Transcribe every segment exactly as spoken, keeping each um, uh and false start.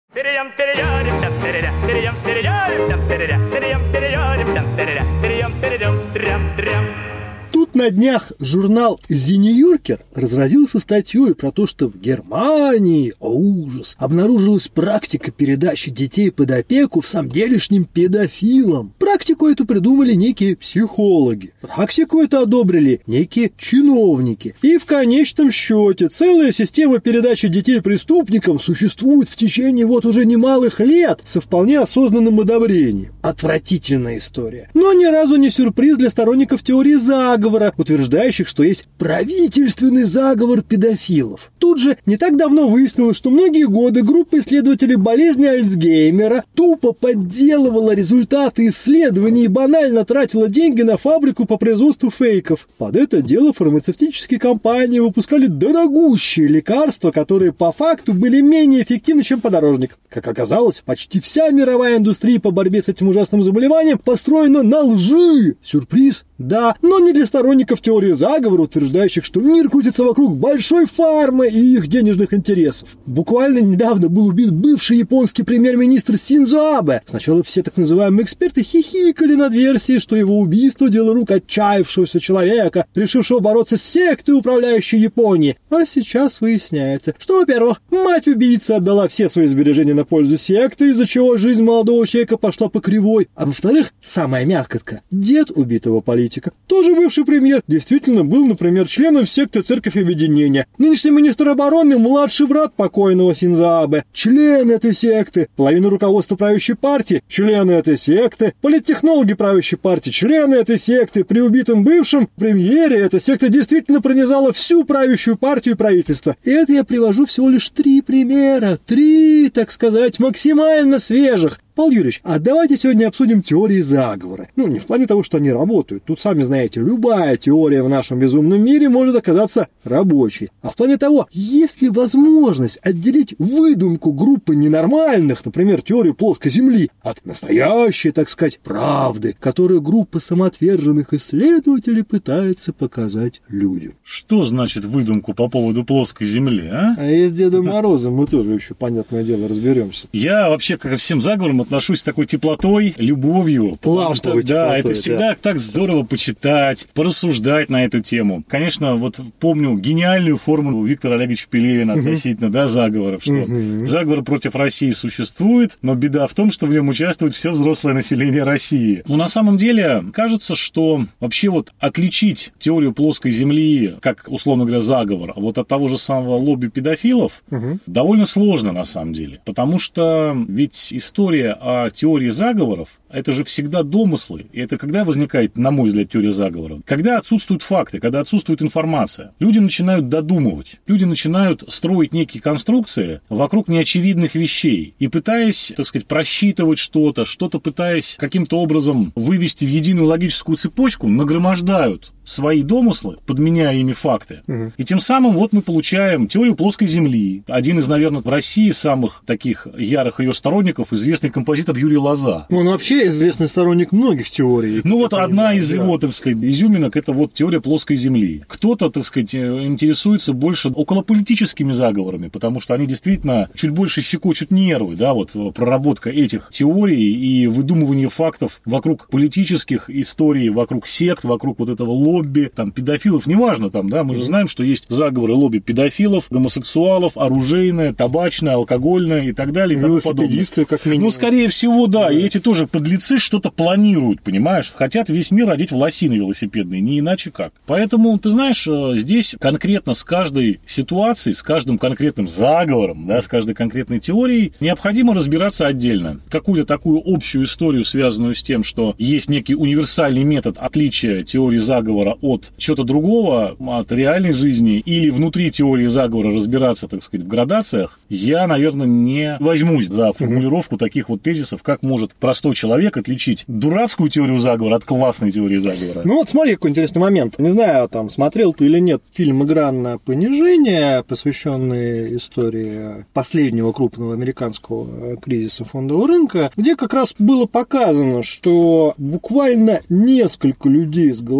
Тут на днях журнал «The New Yorker» разразился статьей про то, что в Германии, о ужас, обнаружилась практика передачи детей под опеку в самом делешним педофилам. Практику эту придумали некие психологи. Практику эту одобрили некие чиновники. И в конечном счете целая система передачи детей преступникам существует в течение вот уже немалых лет со вполне осознанным одобрением. Отвратительная история. Но ни разу не сюрприз для сторонников теории заговора, утверждающих, что есть правительственный заговор педофилов. Тут же не так давно выяснилось, что многие годы группа исследователей болезни Альцгеймера тупо подделывала результаты исследований и банально тратила деньги на фабрику по производству фейков. Под это дело фармацевтические компании выпускали дорогущие лекарства, которые по факту были менее эффективны, чем подорожник. Как оказалось, почти вся мировая индустрия по борьбе с этим ужасным заболеванием построена на лжи. Сюрприз? Да, но не для сторонников теории заговора, утверждающих, что мир крутится вокруг большой фармы и их денежных интересов. Буквально недавно был убит бывший японский премьер-министр Синдзо Абе. Сначала все так называемые эксперты хихикали над версией, что его убийство – дело рук отчаявшегося человека, решившего бороться с сектой, управляющей Японией. А сейчас выясняется, что, во-первых, мать убийцы отдала все свои сбережения на пользу секты, из-за чего жизнь молодого человека пошла по кривой. А во-вторых, самая мякотка – дед убитого политика, тоже бывший премьер, действительно был, например, членом секты Церковь Объединения. Нынешний министр обороны – младший брат покойного Синдзо Абе, член этой секты, половина руководства правящей партии – члены этой секты, политтехнологи правящей партии – члены этой секты. При убитом бывшем премьере эта секта действительно пронизала всю правящую партию и правительство. И это я привожу всего лишь три примера, три, так сказать, максимально свежих. Павел Юрьевич, а давайте сегодня обсудим теории заговора. Ну, не в плане того, что они работают. Тут, сами знаете, любая теория в нашем безумном мире может оказаться рабочей. А в плане того, есть ли возможность отделить выдумку группы ненормальных, например, теорию плоской Земли, от настоящей, так сказать, правды, которую группа самоотверженных исследователей пытается показать людям. Что значит выдумку по поводу плоской Земли, а? А и с Дедом Морозом мы тоже еще, понятное дело, разберемся. Я вообще, как и всем заговорам, отношусь с такой теплотой, любовью. Потому что, да, теплотой, это всегда да. так здорово почитать, порассуждать на эту тему. Конечно, вот помню гениальную формулу Виктора Олеговича Пелевина угу. относительно да, заговоров, что угу. заговор против России существует, но беда в том, что в нем участвует все взрослое население России. Но на самом деле кажется, что вообще вот отличить теорию плоской Земли, как, условно говоря, заговор, вот от того же самого лобби педофилов, угу. довольно сложно на самом деле. Потому что ведь история о теории заговоров, это же всегда домыслы. И это когда возникает, на мой взгляд, теория заговора? Когда отсутствуют факты, когда отсутствует информация. Люди начинают додумывать. Люди начинают строить некие конструкции вокруг неочевидных вещей. И пытаясь, так сказать, просчитывать что-то, что-то пытаясь каким-то образом вывести в единую логическую цепочку, нагромождают свои домыслы, подменяя ими факты. Угу. И тем самым вот мы получаем теорию плоской Земли. Один из, наверное, в России самых таких ярых ее сторонников известный композитор Юрий Лоза. Он вообще известный сторонник многих теорий. Ну вот одна из да. его, так сказать, изюминок – это вот теория плоской Земли. Кто-то, так сказать, интересуется больше околополитическими заговорами, потому что они действительно чуть больше щекочут нервы, да, вот проработка этих теорий и выдумывание фактов вокруг политических историй, вокруг сект, вокруг вот этого лобби, там, педофилов, неважно там, да, мы же знаем, что есть заговоры лобби педофилов, гомосексуалов, оружейное, табачное, алкогольное и так далее, и тому подобное. Как минимум. Ну, скорее всего, да, да, и эти тоже подлецы что-то планируют, понимаешь, хотят весь мир одеть в лосины велосипедные, не иначе как. Поэтому, ты знаешь, здесь конкретно с каждой ситуацией, с каждым конкретным заговором, да, с каждой конкретной теорией необходимо разбираться отдельно. Какую-то такую общую историю, связанную с тем, что есть некий универсальный метод отличия теории заговора от чего-то другого, от реальной жизни, или внутри теории заговора разбираться, так сказать, в градациях, я, наверное, не возьмусь за формулировку таких вот тезисов, как может простой человек отличить дурацкую теорию заговора от классной теории заговора. Ну вот смотри, какой интересный момент. Не знаю, там, смотрел ты или нет фильм «Игра на понижение», посвященный истории последнего крупного американского кризиса фондового рынка, где как раз было показано, что буквально несколько людей с головой на плечах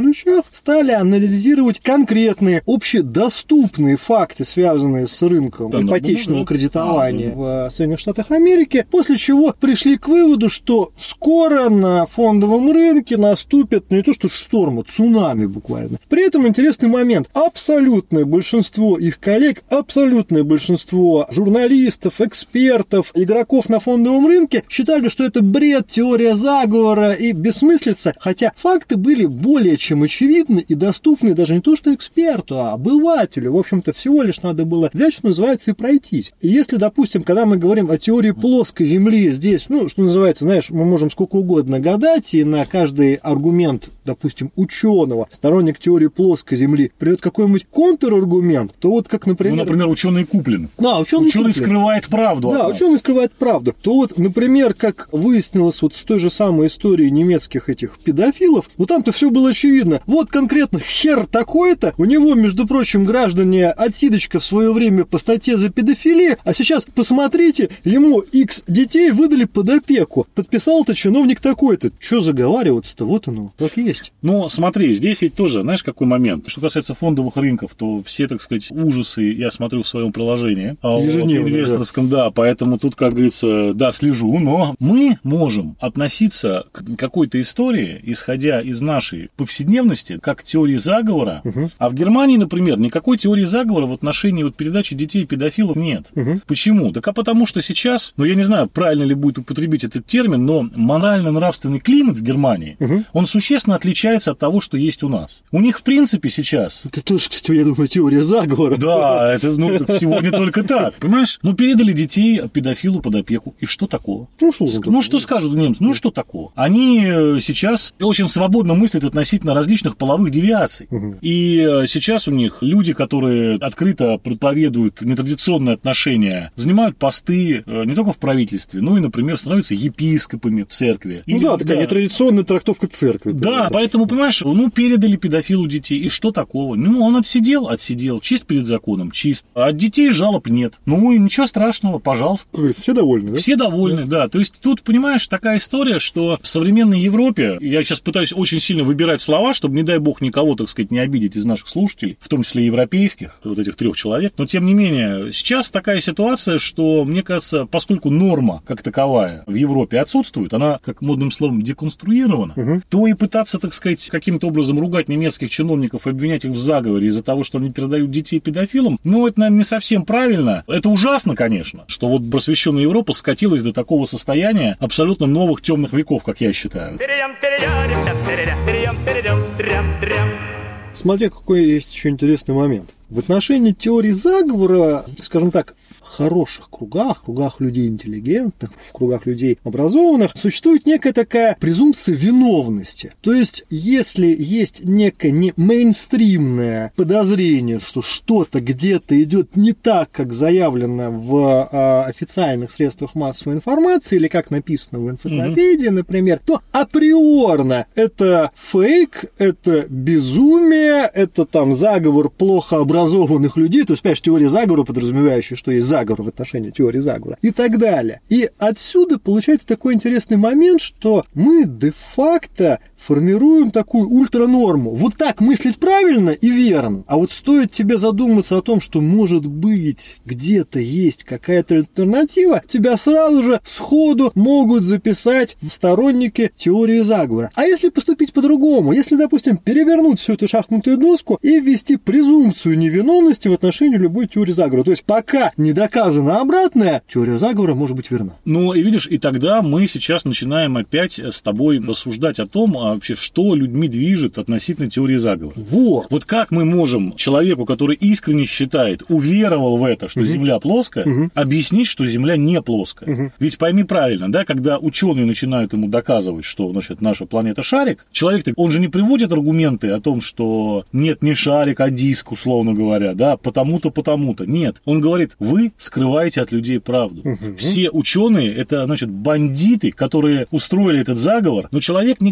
ключах стали анализировать конкретные общедоступные факты, связанные с рынком да, ипотечного ну, кредитования а, в Соединенных Штатах Америки, после чего пришли к выводу, что скоро на фондовом рынке наступит не то что шторм, а цунами буквально. При этом интересный момент. Абсолютное большинство их коллег, абсолютное большинство журналистов, экспертов, игроков на фондовом рынке считали, что это бред, теория заговора и бессмыслица, хотя факты были более чем очевидны и доступны даже не то что эксперту, а обывателю. В общем-то, всего лишь надо было взять, что называется, и пройтись. И если, допустим, когда мы говорим о теории плоской Земли, здесь, ну, что называется, знаешь, мы можем сколько угодно гадать, и на каждый аргумент, допустим, ученого, сторонник теории плоской Земли, придет какой-нибудь контраргумент, то вот как, например... Ну, например, ученый Куплин. Да, ученый, ученый Куплин. скрывает правду. Да, ученый скрывает правду. То вот, например, как выяснилось вот с той же самой историей немецких этих педофилов, вот там-то все было очевидно. Вот конкретно хер такой-то, у него, между прочим, граждане, отсидочка в свое время по статье за педофилию, а сейчас, посмотрите, ему X детей выдали под опеку. Подписал-то чиновник такой-то. Че заговариваться-то? Вот оно, как есть. Ну, смотри, здесь ведь тоже, знаешь, какой момент? Что касается фондовых рынков, то все, так сказать, ужасы я смотрю в своем приложении. Ежедневно, вот, инвесторском, да. да, поэтому тут, как говорится, да, слежу, но мы можем относиться к какой-то истории, исходя из нашей повседневности, как к теории заговора, угу. а в Германии, например, никакой теории заговора в отношении вот передачи детей педофилов нет. Угу. Почему? Так а потому что сейчас, ну я не знаю, правильно ли будет употребить этот термин, но морально-нравственный климат в Германии, угу. он существенно отличается от того, что есть у нас. У них, в принципе, сейчас... Это тоже, кстати, я думаю, теория заговора. Да, это ну, сегодня только так, понимаешь? Ну, передали детей педофилу под опеку, и что такого? Ну, что, ну, что скажут немцы? Ну, что такого? Они сейчас очень свободно мыслят относительно различных половых девиаций. Угу. И сейчас у них люди, которые открыто проповедуют нетрадиционные отношения, занимают посты не только в правительстве, но и, например, становятся епископами в церкви. Ну Или, да, такая да. нетрадиционная трактовка церкви. Да, да, поэтому, понимаешь, ну, передали педофилу детей, и что такого? Ну, он отсидел, отсидел, чист перед законом, чист. А от детей жалоб нет. Ну, и ничего страшного, пожалуйста. Все довольны, да? Все довольны, да. да. То есть тут, понимаешь, такая история, что в современной Европе, я сейчас пытаюсь очень сильно выбирать слова, чтобы, не дай бог, никого, так сказать, не обидеть из наших слушателей, в том числе европейских, вот этих трех человек, но, тем не менее, сейчас такая ситуация, что, мне кажется, поскольку норма, как таковая, в Европе отсутствует, она, как модным словом, деконструирована, угу. то и пытаться, так сказать, каким-то образом ругать немецких чиновников и обвинять их в заговоре из-за того, что они передают детей педофилам, ну, это, наверное, не совсем правильно. Это ужасно, конечно, что вот просвещенная Европа скатилась до такого состояния абсолютно новых темных веков, как я считаю. Смотри, какой есть еще интересный момент. В отношении теории заговора, скажем так, в хороших кругах, в кругах людей интеллигентных, в кругах людей образованных, существует некая такая презумпция виновности. То есть, если есть некое не мейнстримное подозрение, что что-то где-то идет не так, как заявлено в а, официальных средствах массовой информации, или как написано в энциклопедии, mm-hmm. например, то априорно это фейк, это безумие, это там заговор плохо образованный, образованных людей, то есть, понимаешь, теория заговора, подразумевающая, что есть заговор в отношении теории заговора, и так далее. И отсюда получается такой интересный момент, что мы де-факто формируем такую ультранорму. Вот так мыслить правильно и верно. А вот стоит тебе задуматься о том, что, может быть, где-то есть какая-то альтернатива, тебя сразу же сходу могут записать в сторонники теории заговора. А если поступить по-другому? Если, допустим, перевернуть всю эту шахматную доску и ввести презумпцию невиновности в отношении любой теории заговора. То есть, пока не доказано обратное, теория заговора может быть верна. Ну, и видишь, и тогда мы сейчас начинаем опять с тобой рассуждать о том, вообще, что людьми движет относительно теории заговора. Вот. Вот как мы можем человеку, который искренне считает, уверовал в это, что угу. Земля плоская, угу. объяснить, что Земля не плоская? Угу. Ведь пойми правильно, да, когда ученые начинают ему доказывать, что, значит, наша планета шарик, человек, он же не приводит аргументы о том, что нет, не шарик, а диск, условно говоря, да, потому-то, потому-то. Нет. Он говорит, вы скрываете от людей правду. Угу. Все ученые, это, значит, бандиты, которые устроили этот заговор, но человек не говорит о том,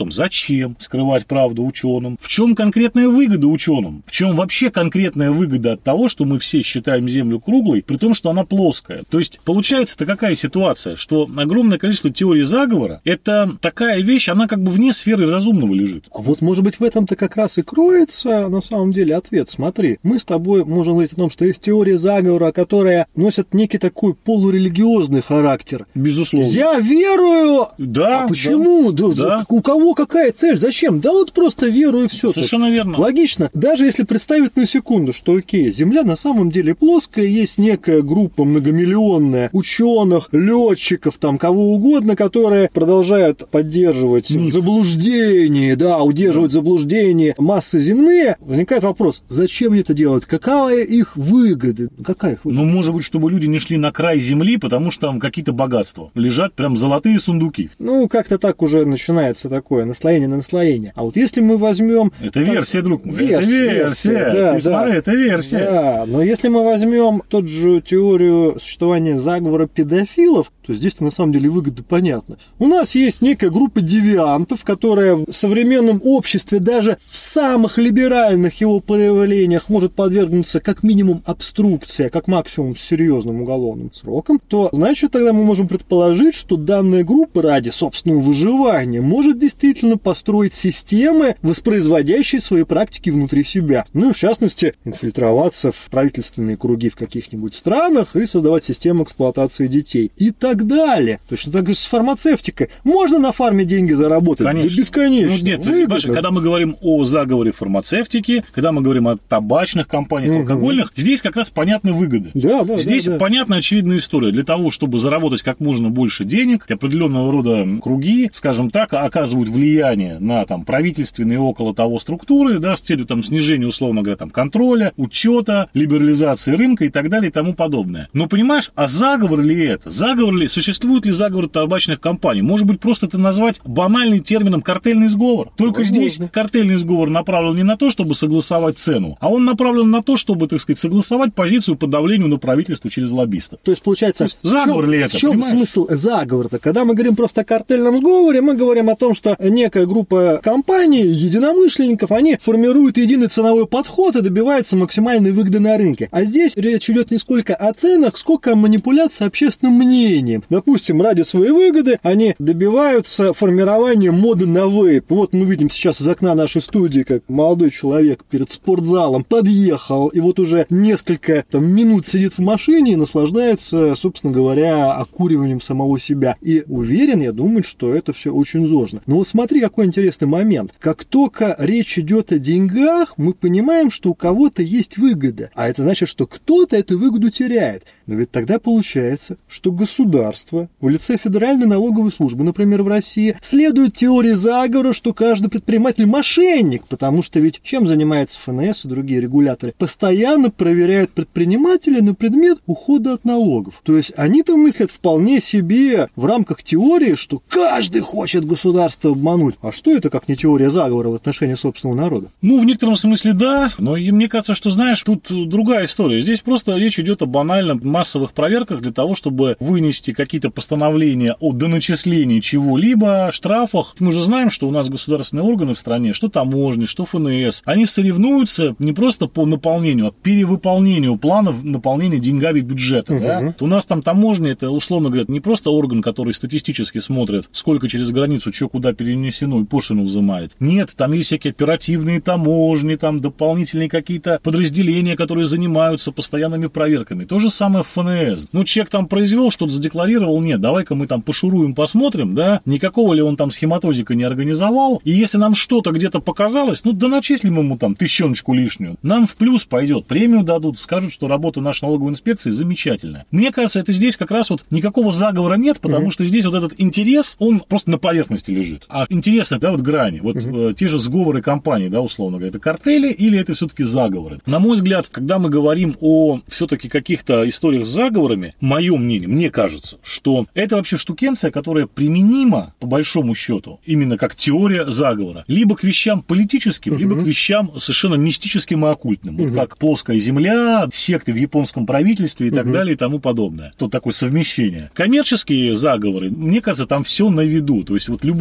ученым. Зачем скрывать правду ученым? В чем конкретная выгода ученым? В чем вообще конкретная выгода от того, что мы все считаем Землю круглой, при том, что она плоская? То есть, получается-то какая ситуация, что огромное количество теорий заговора – это такая вещь, она как бы вне сферы разумного лежит. А вот, может быть, в этом-то как раз и кроется, на самом деле, ответ. Смотри, мы с тобой можем говорить о том, что есть теория заговора, которая носит некий такой полурелигиозный характер. Безусловно. Я верую. Да. А почему? Да. Да, да. У кого какая цель? Зачем? Да вот просто верую и все. Совершенно так. Верно. Логично. Даже если представить на секунду, что окей, Земля на самом деле плоская, есть некая группа многомиллионная ученых, летчиков, там кого угодно, которые продолжают поддерживать Миф. заблуждение, да, удерживать заблуждение массы земные, возникает вопрос, зачем они это делают? Какая их выгода? Какая их выгода? Ну, может быть, чтобы люди не шли на край земли, потому что там какие-то богатства. Лежат прям золотые сундуки. Ну, как-то так уже начинается такое наслоение на наслоение. А вот если мы возьмем... Это версия, как... друг мой. Версия, это версия. Да, Ты да. смотри, это версия. Да, но если мы возьмем тот же теорию существования заговора педофилов, то здесь-то на самом деле выгода понятна. У нас есть некая группа девиантов, которая в современном обществе даже в самых либеральных его проявлениях может подвергнуться как минимум обструкции, как максимум серьезным уголовным сроком, то значит тогда мы можем предположить, что данная группа ради собственного выживания может действительно построить системы, воспроизводящие свои практики внутри себя. Ну и в частности инфильтроваться в правительственные круги в каких-нибудь странах и создавать систему эксплуатации детей. И так далее. Точно так же с фармацевтикой. Можно на фарме деньги заработать? Конечно. Да бесконечно. Ну, нет, понимаешь, когда мы говорим о заговоре фармацевтики, когда мы говорим о табачных компаниях, угу. алкогольных, здесь как раз понятны выгоды. Да, да, здесь да, да. понятна очевидная история. Для того, чтобы заработать как можно больше денег, определенного рода круги, скажем так, оказывают влияние на там, правительственные и около того структуры, да, с целью там, снижения, условно говоря, там, контроля, учета, либерализации рынка и так далее и тому подобное. Но понимаешь, а заговор ли это? Заговор ли? Существует ли заговор табачных компаний? Может быть, просто это назвать банальным термином картельный сговор? Только Возможно. Здесь картельный сговор направлен не на то, чтобы согласовать цену, а он направлен на то, чтобы, так сказать, согласовать позицию по давлению на правительство через лоббистов. То есть, получается, то есть, заговор в чем, ли это? В чем понимаешь? смысл заговора-то? Когда мы говорим просто о картельном сговоре, мы говорим о том, что некая группа компаний, единомышленников, они формируют единый ценовой подход и добиваются максимальной выгоды на рынке. А здесь речь идет не сколько о ценах, сколько о манипуляции общественным мнением. Допустим, ради своей выгоды они добиваются формирования моды на вейп. Вот мы видим сейчас из окна нашей студии, как молодой человек перед спортзалом подъехал, и вот уже несколько там, минут сидит в машине и наслаждается, собственно говоря, окуриванием самого себя. И уверен, я думаю, что это все очень зожно. Но вот смотри, какой интересный момент. Как только речь идет о деньгах, мы понимаем, что у кого-то есть выгода. А это значит, что кто-то эту выгоду теряет. Но ведь тогда получается, что государство в лице Федеральной налоговой службы, например, в России, следует теории заговора, что каждый предприниматель мошенник, потому что ведь чем занимается эф эн эс и другие регуляторы? Постоянно проверяют предпринимателей на предмет ухода от налогов. То есть они-то мыслят вполне себе в рамках теории, что каждый хочет государство обмануть. А что это как не теория заговора в отношении собственного народа? Ну, в некотором смысле да, но мне кажется, что, знаешь, тут другая история. Здесь просто речь идет о банальном массовых проверках для того, чтобы вынести какие-то постановления о доначислении чего-либо, штрафах. Мы же знаем, что у нас государственные органы в стране, что таможни, что эф эн эс, они соревнуются не просто по наполнению, а перевыполнению планов наполнения деньгами бюджета. Uh-huh. Да? У нас там таможня, это, условно говоря, не просто орган, который статистически смотрит, сколько через границу, что куда перенесено и пошлину взимает. Нет, там есть всякие оперативные таможни, там дополнительные какие-то подразделения, которые занимаются постоянными проверками. То же самое в эф эн эс. Ну, человек там произвел, что-то задекларировал, нет, давай-ка мы там пошуруем, посмотрим, да, никакого ли он там схематозика не организовал, и если нам что-то где-то показалось, ну, да начислим ему там тысячоночку лишнюю, нам в плюс пойдет, премию дадут, скажут, что работа нашей налоговой инспекции замечательная. Мне кажется, это здесь как раз вот никакого заговора нет, потому mm-hmm. что здесь вот этот интерес, он просто на поверхности лежит. А интересно, да, вот грани, вот mm-hmm. э, те же сговоры компаний, да, условно говоря, это картели или это все-таки заговоры? На мой взгляд, когда мы говорим о все-таки каких-то историях с заговорами, мое мнение, мне кажется, что это вообще штукенция, которая применима, по большому счету, именно как теория заговора, либо к вещам политическим, угу. либо к вещам совершенно мистическим и оккультным, угу. вот как плоская земля, секты в японском правительстве и так угу. далее и тому подобное. Тут такое совмещение. Коммерческие заговоры, мне кажется, там все на виду, то есть вот любой коммерческий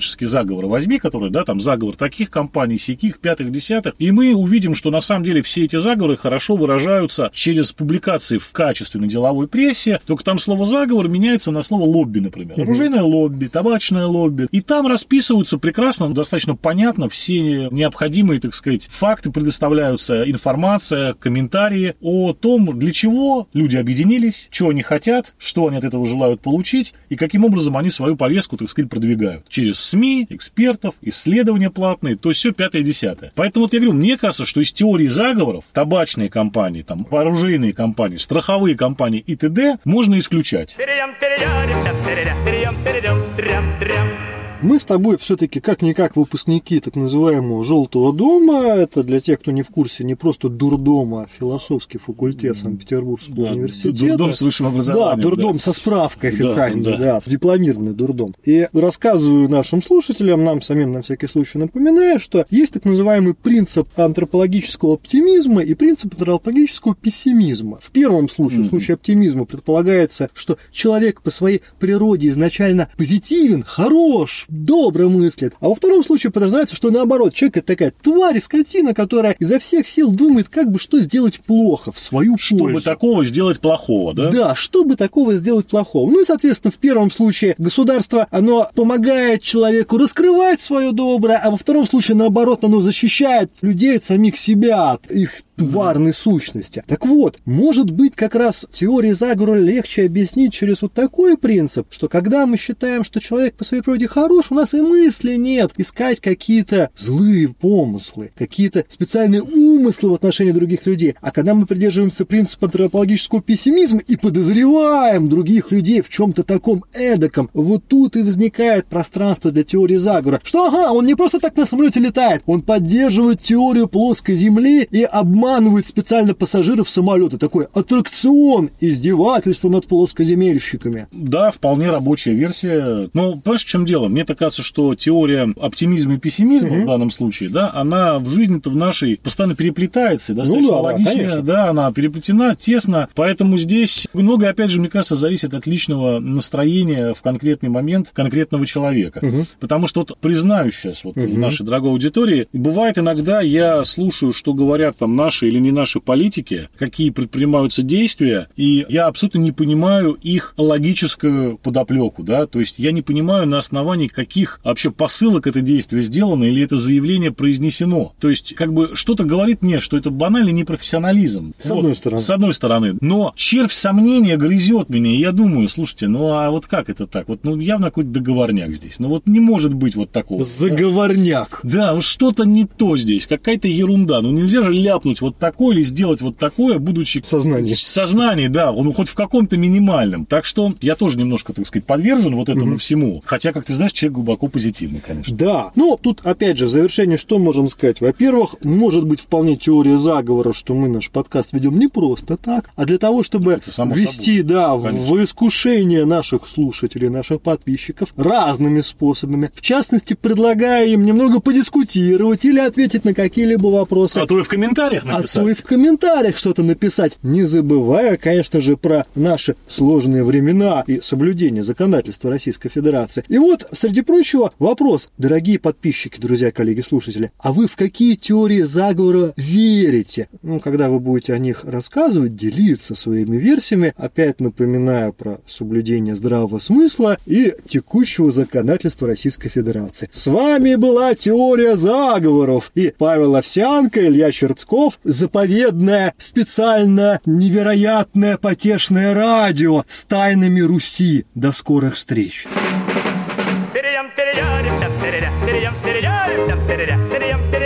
коммерческие заговоры возьми, которые, да, там заговор таких компаний, сяких, пятых, десятых, и мы увидим, что на самом деле все эти заговоры хорошо выражаются через публикации в качественной деловой прессе, только там слово заговор меняется на слово лобби, например. Оружейное лобби, табачное лобби. И там расписываются прекрасно, достаточно понятно все необходимые, так сказать, факты предоставляются, информация, комментарии о том, для чего люди объединились, что они хотят, что они от этого желают получить и каким образом они свою повестку, так сказать, продвигают. Через СМИ, экспертов, исследования платные, то есть все пятое, десятое. Поэтому вот я говорю, мне кажется, что из теории заговоров табачные компании, там, оружейные компании, страховые компании и т.д. можно исключать. Мы с тобой все-таки как-никак выпускники так называемого «желтого дома». Это для тех, кто не в курсе, не просто дурдома, а философский факультет Санкт-Петербургского да, университета. Дурдом с высшим образованием. Да, дурдом да. со справкой официальной, да, да. да, дипломированный дурдом. И рассказываю нашим слушателям, нам самим на всякий случай напоминаю, что есть так называемый принцип антропологического оптимизма и принцип антропологического пессимизма. В первом случае, mm-hmm. в случае оптимизма, предполагается, что человек по своей природе изначально позитивен, хорош, добро мыслит. А во втором случае подразумевается, что наоборот, человек это такая тварь, скотина, которая изо всех сил думает, как бы что сделать плохо в свою пользу. Чтобы такого сделать плохого, да? Да, чтобы такого сделать плохого. Ну и, соответственно, в первом случае государство, оно помогает человеку раскрывать свое доброе, а во втором случае, наоборот, оно защищает людей от самих себя, от их тварной сущности. Так вот, может быть, как раз теории заговора легче объяснить через вот такой принцип, что когда мы считаем, что человек по своей природе хорош, у нас и мысли нет искать какие-то злые помыслы, какие-то специальные умыслы в отношении других людей. А когда мы придерживаемся принципа антропологического пессимизма и подозреваем других людей в чем-то таком эдаком, вот тут и возникает пространство для теории заговора. Что, ага, он не просто так на самолете летает, он поддерживает теорию плоской земли и обманывает обманывает специально пассажиров самолета. Такой аттракцион издевательства над плоскоземельщиками. Да, вполне рабочая версия. Но понимаешь, в чем дело? Мне так кажется, что теория оптимизма и пессимизма угу. в данном случае, да, она в жизни-то в нашей постоянно переплетается, достаточно ну, да, логичная, да, да, она переплетена тесно, поэтому здесь многое, опять же, мне кажется, зависит от личного настроения в конкретный момент конкретного человека. Угу. Потому что вот признаюсь сейчас вот угу. в нашей дорогой аудитории, бывает иногда я слушаю, что говорят там наши или не наши политики, какие предпринимаются действия, и я абсолютно не понимаю их логическую подоплеку, да, то есть я не понимаю, на основании каких вообще посылок это действие сделано или это заявление произнесено. То есть, как бы что-то говорит мне, что это банальный непрофессионализм. С вот, одной стороны. С одной стороны. Но червь сомнения грызет меня, и я думаю, слушайте, ну а вот как это так? Вот ну явно какой-то договорняк здесь. Ну вот не может быть вот такого. Заговорняк. Да, вот что-то не то здесь, какая-то ерунда. Ну нельзя же ляпнуть вот такое или сделать вот такое, будучи... В сознании. В сознании, да, ну хоть в каком-то минимальном. Так что я тоже немножко, так сказать, подвержен вот этому угу. всему. Хотя, как ты знаешь, человек глубоко позитивный, конечно. Да. Ну, тут, опять же, в завершение что можем сказать? Во-первых, может быть вполне теория заговора, что мы наш подкаст ведем не просто так, а для того, чтобы ввести, да, в искушение наших слушателей, наших подписчиков разными способами. В частности, предлагая им немного подискутировать или ответить на какие-либо вопросы. А то и в комментариях написать. А то и в комментариях что-то написать, не забывая, конечно же, про наши сложные времена и соблюдение законодательства Российской Федерации. И вот, среди прочего, вопрос, дорогие подписчики, друзья, коллеги, слушатели, а вы в какие теории заговора верите? Ну, когда вы будете о них рассказывать, делиться своими версиями, опять напоминаю про соблюдение здравого смысла и текущего законодательства Российской Федерации. С вами была теория заговоров и Павел Овсянко, Илья Чертков, заповедное, специально невероятное потешное радио с тайнами Руси. До скорых встреч! Перейдем, перейдем, перейдем, перейдем, перейдем, перейдем, перейдем.